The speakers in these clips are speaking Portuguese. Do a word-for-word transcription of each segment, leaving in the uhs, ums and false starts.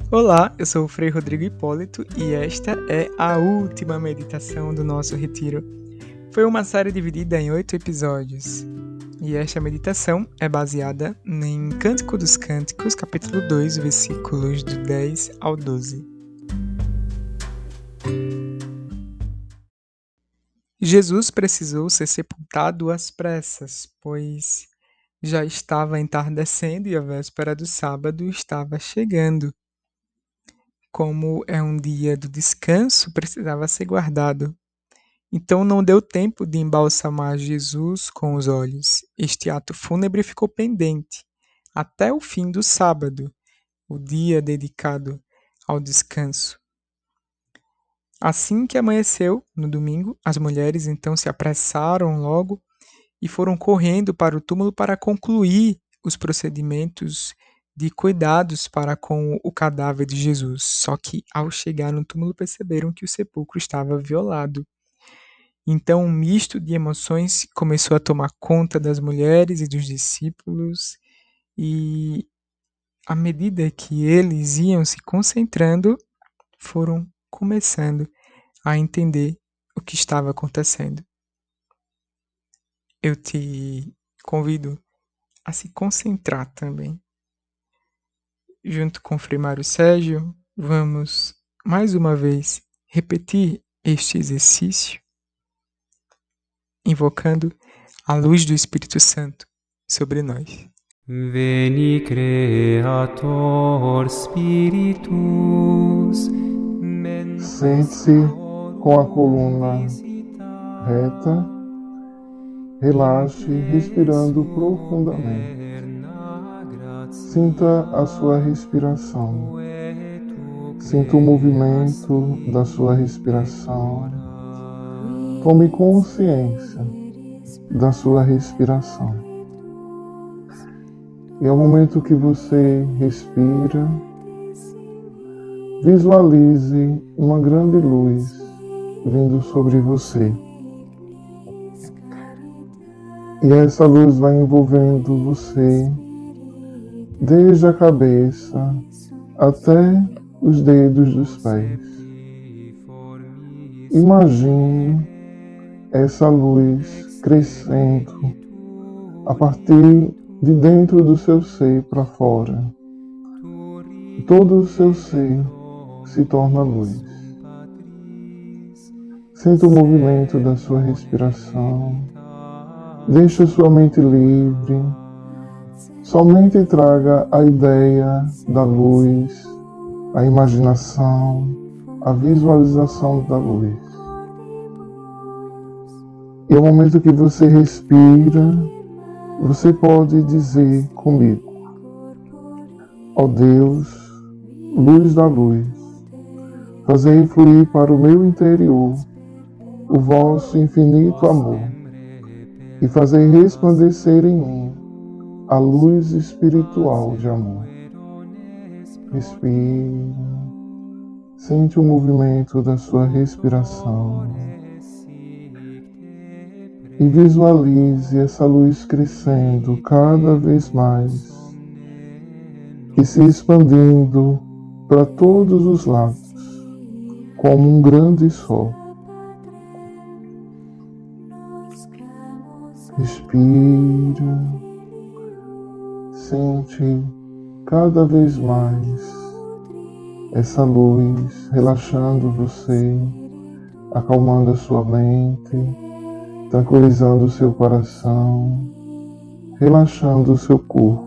Olá, eu sou o Frei Rodrigo Hipólito e esta é a última meditação do nosso retiro. Foi uma série dividida em oito episódios e esta meditação é baseada em Cântico dos Cânticos, capítulo dois, versículos do dez ao doze. Jesus precisou ser sepultado às pressas, pois já estava entardecendo e a véspera do sábado estava chegando. Como é um dia do descanso, precisava ser guardado. Então não deu tempo de embalsamar Jesus com os olhos. Este ato fúnebre ficou pendente até o fim do sábado, o dia dedicado ao descanso. Assim que amanheceu, no domingo, as mulheres então se apressaram logo e foram correndo para o túmulo para concluir os procedimentos de cuidados para com o cadáver de Jesus. Só que, ao chegar no túmulo, perceberam que o sepulcro estava violado. Então, um misto de emoções começou a tomar conta das mulheres e dos discípulos, e à medida que eles iam se concentrando, foram começando a entender o que estava acontecendo. Eu te convido a se concentrar também. Junto com o Frei Mário Sérgio, vamos mais uma vez repetir este exercício, invocando a luz do Espírito Santo sobre nós. Veni Creator Spiritus. Sente-se com a coluna reta, relaxe, respirando profundamente. Sinta a sua respiração. Sinta o movimento da sua respiração. Tome consciência da sua respiração. E ao momento que você respira, visualize uma grande luz vindo sobre você. E essa luz vai envolvendo você desde a cabeça até os dedos dos pés. Imagine essa luz crescendo a partir de dentro do seu ser para fora. Todo o seu ser se torna luz. Sinta o movimento da sua respiração. Deixe a sua mente livre. Somente traga a ideia da luz, a imaginação, a visualização da luz. E ao momento que você respira, você pode dizer comigo: ó Deus, luz da luz, fazei fluir para o meu interior o vosso infinito amor e fazei resplandecer em mim a luz espiritual de amor. Respire, sente o movimento da sua respiração e visualize essa luz crescendo cada vez mais e se expandindo para todos os lados, como um grande sol. Respira, sente cada vez mais essa luz relaxando você, acalmando a sua mente, tranquilizando o seu coração, relaxando o seu corpo.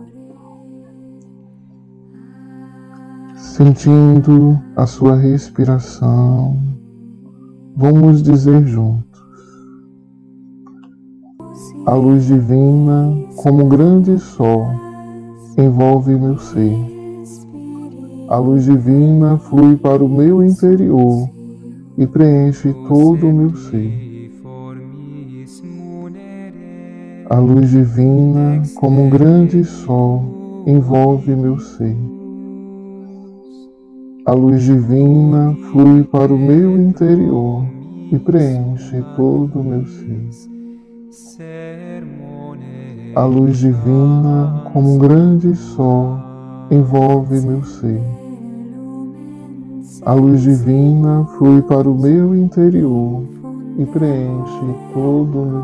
Sentindo a sua respiração, vamos dizer juntos: a luz divina, como um grande sol, envolve meu ser. A luz divina flui para o meu interior e preenche todo o meu ser. A luz divina, como um grande sol, envolve meu ser. A luz divina flui para o meu interior e preenche todo o meu ser. A luz divina, como um grande sol, envolve meu ser. A luz divina flui para o meu interior e preenche todo o meu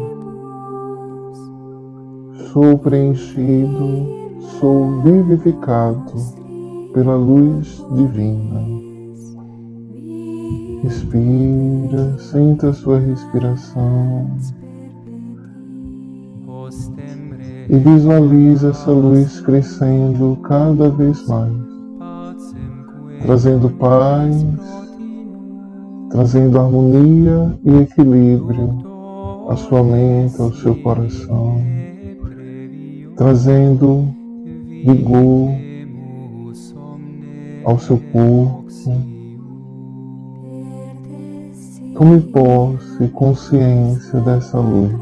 ser. Sou preenchido, sou vivificado pela luz divina. Respira, sinta a sua respiração e visualiza essa luz crescendo cada vez mais, trazendo paz, trazendo harmonia e equilíbrio à sua mente, ao seu coração, trazendo vigor ao seu corpo. Tome posse e consciência dessa luz.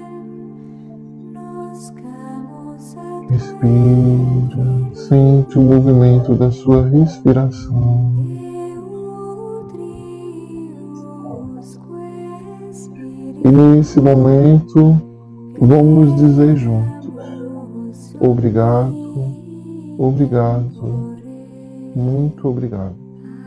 Respira, sente o movimento da sua respiração. E nesse momento, vamos dizer juntos: obrigado, obrigado, muito obrigado.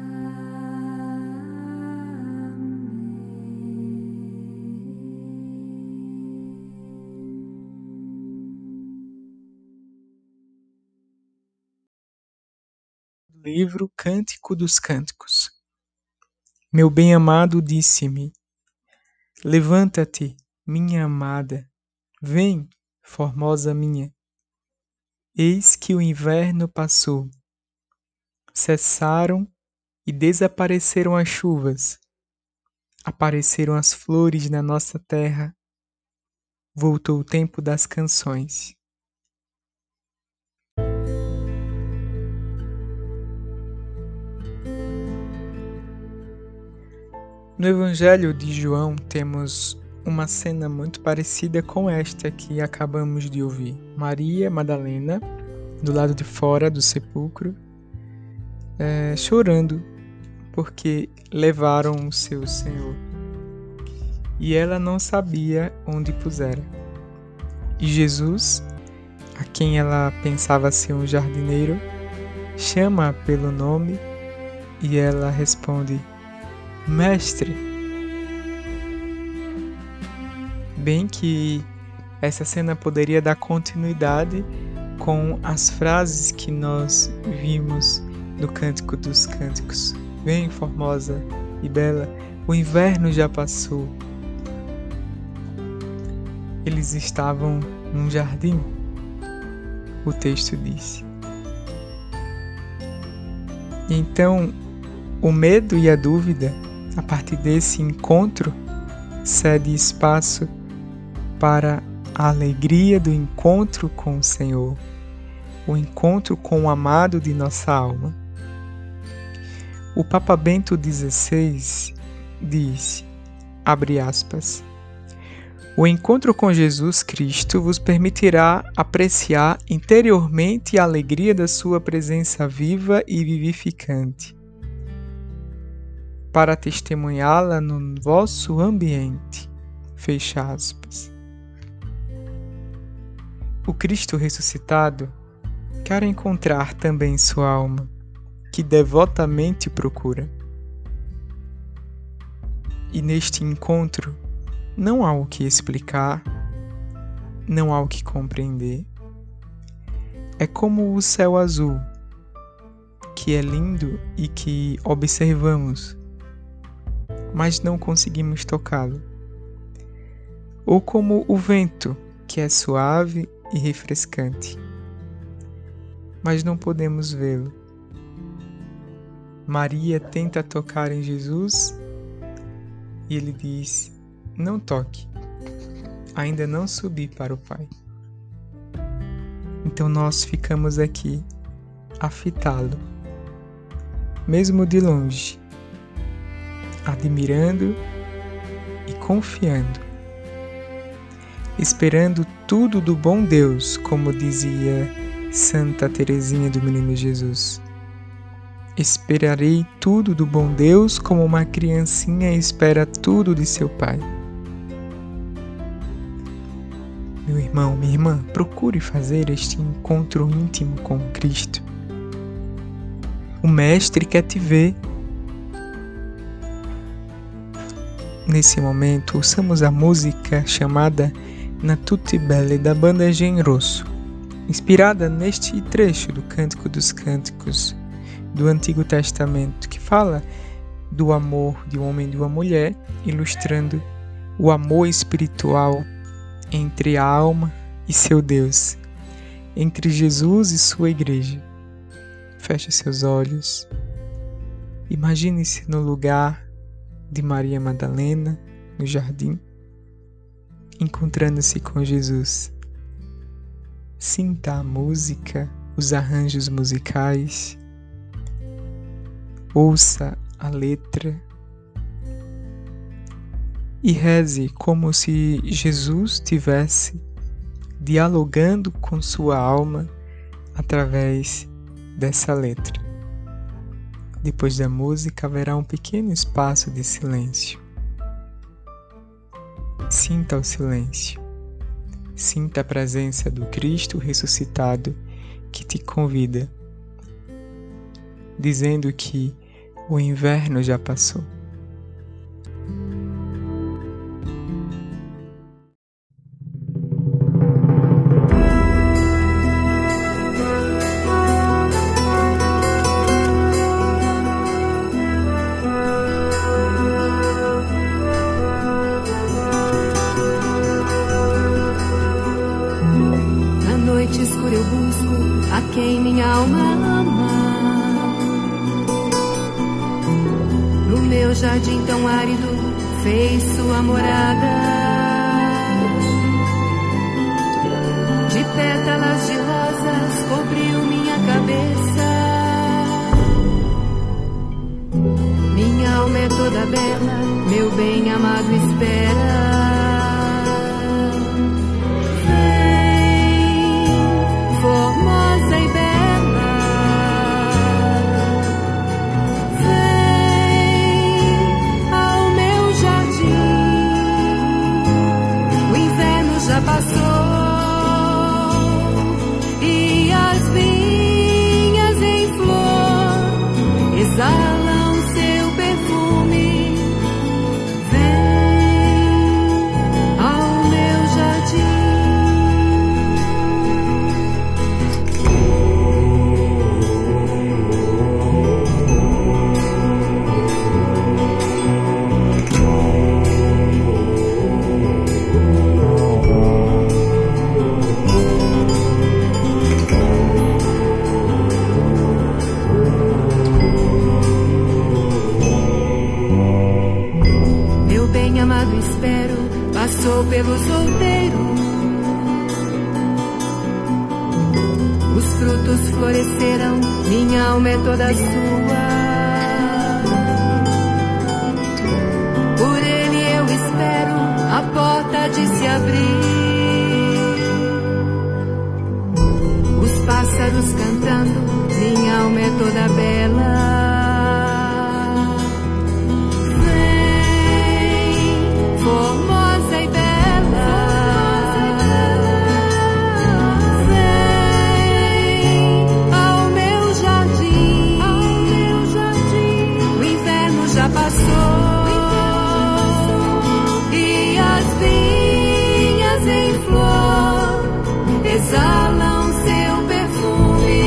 Livro Cântico dos Cânticos. Meu bem-amado disse-me: levanta-te, minha amada, vem, formosa minha. Eis que o inverno passou, cessaram e desapareceram as chuvas, apareceram as flores na nossa terra, voltou o tempo das canções. No Evangelho de João temos uma cena muito parecida com esta que acabamos de ouvir. Maria Madalena, do lado de fora do sepulcro, é, chorando porque levaram o seu Senhor. E ela não sabia onde pusera. E Jesus, a quem ela pensava ser um jardineiro, chama pelo nome e ela responde: Mestre. Bem que essa cena poderia dar continuidade com as frases que nós vimos no Cântico dos Cânticos. Vem, formosa e bela, o inverno já passou. Eles estavam num jardim, o texto disse. Então, o medo e a dúvida, a partir desse encontro, cede espaço para a alegria do encontro com o Senhor, o encontro com o amado de nossa alma. O Papa Bento dezesseis diz, abre aspas, o encontro com Jesus Cristo vos permitirá apreciar interiormente a alegria da sua presença viva e vivificante, para testemunhá-la no vosso ambiente. Fecha aspas. O Cristo ressuscitado quer encontrar também sua alma, que devotamente o procura. E neste encontro não há o que explicar, não há o que compreender. É como o céu azul, que é lindo e que observamos, mas não conseguimos tocá-lo. Ou como o vento, que é suave e refrescante, mas não podemos vê-lo. Maria tenta tocar em Jesus e ele diz, não toque, ainda não subi para o Pai. Então nós ficamos aqui a fitá-lo, mesmo de longe, admirando e confiando, esperando tudo do bom Deus, como dizia Santa Teresinha do Menino Jesus. Esperarei tudo do bom Deus como uma criancinha espera tudo de seu pai. Meu irmão, minha irmã, procure fazer este encontro íntimo com Cristo. O Mestre quer te ver nesse momento, ouçamos a música chamada Na Tutti Belle, da banda Gen Rosso, inspirada neste trecho do Cântico dos Cânticos do Antigo Testamento, que fala do amor de um homem e de uma mulher, ilustrando o amor espiritual entre a alma e seu Deus, entre Jesus e sua igreja. Feche seus olhos. Imagine-se no lugar de Maria Madalena, no jardim, encontrando-se com Jesus. Sinta a música, os arranjos musicais, ouça a letra e reze como se Jesus estivesse dialogando com sua alma através dessa letra. Depois da música haverá um pequeno espaço de silêncio. Sinta o silêncio. Sinta a presença do Cristo ressuscitado que te convida, dizendo que o inverno já passou. Na noite escura eu busco a quem minha alma ama. No meu jardim tão árido fez sua morada, de pétalas de rosas cobriu minha cabeça. Minha alma é toda bela, meu bem amado espera. Formosa e bela, vem ao meu jardim. O inverno já passou e as vinhas em flor exalam seu perfume. Vem ao meu jardim. Amado espero, passou pelo solteiro. Os frutos floresceram, minha alma é toda sua. Por ele eu espero a porta de se abrir. Os pássaros cantando, minha alma é toda bela. Formosa e bela, vem ao meu jardim. O inverno já passou e as vinhas em flor exalam seu perfume.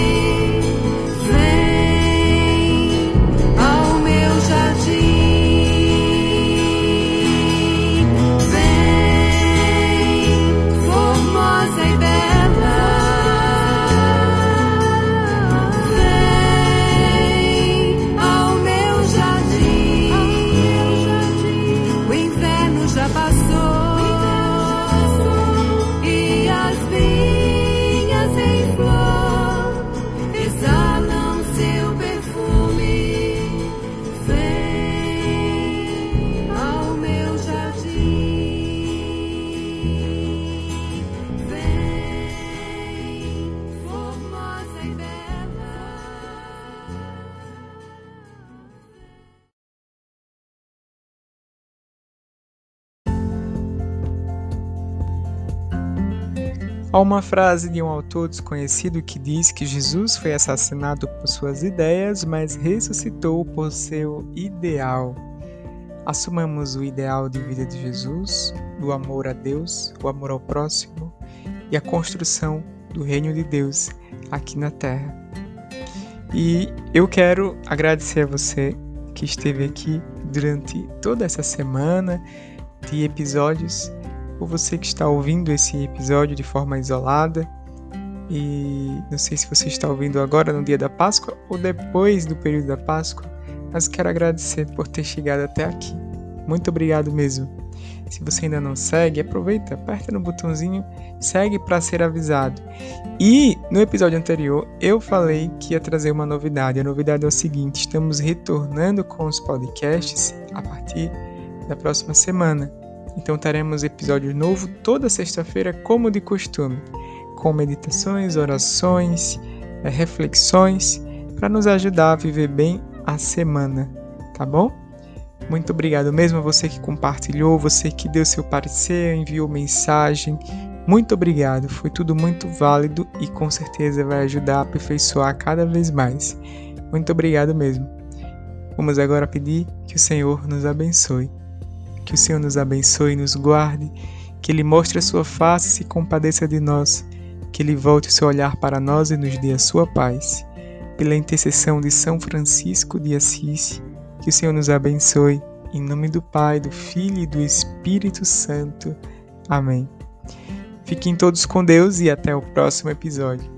Vem ao meu jardim. Há uma frase de um autor desconhecido que diz que Jesus foi assassinado por suas ideias, mas ressuscitou por seu ideal. assumamos o ideal de vida de Jesus, do amor a Deus, o amor ao próximo e a construção do reino de Deus aqui na Terra. E eu quero agradecer a você que esteve aqui durante toda essa semana de episódios, por você que está ouvindo esse episódio de forma isolada. E não sei se você está ouvindo agora no dia da Páscoa ou depois do período da Páscoa, mas quero agradecer por ter chegado até aqui. Muito obrigado mesmo. Se você ainda não segue, aproveita, aperta no botãozinho, segue para ser avisado. E no episódio anterior eu falei que ia trazer uma novidade. A novidade é o seguinte: estamos retornando com os podcasts a partir da próxima semana. Então teremos episódio novo toda sexta-feira, como de costume, com meditações, orações, reflexões, para nos ajudar a viver bem a semana, tá bom? Muito obrigado mesmo a você que compartilhou, você que deu seu parecer, enviou mensagem. Muito obrigado, foi tudo muito válido e com certeza vai ajudar a aperfeiçoar cada vez mais. Muito obrigado mesmo. Vamos agora pedir que o Senhor nos abençoe. Que o Senhor nos abençoe e nos guarde, que Ele mostre a sua face e se compadeça de nós, que Ele volte o seu olhar para nós e nos dê a sua paz. Pela intercessão de São Francisco de Assis, que o Senhor nos abençoe, em nome do Pai, do Filho e do Espírito Santo. Amém. Fiquem todos com Deus e até o próximo episódio.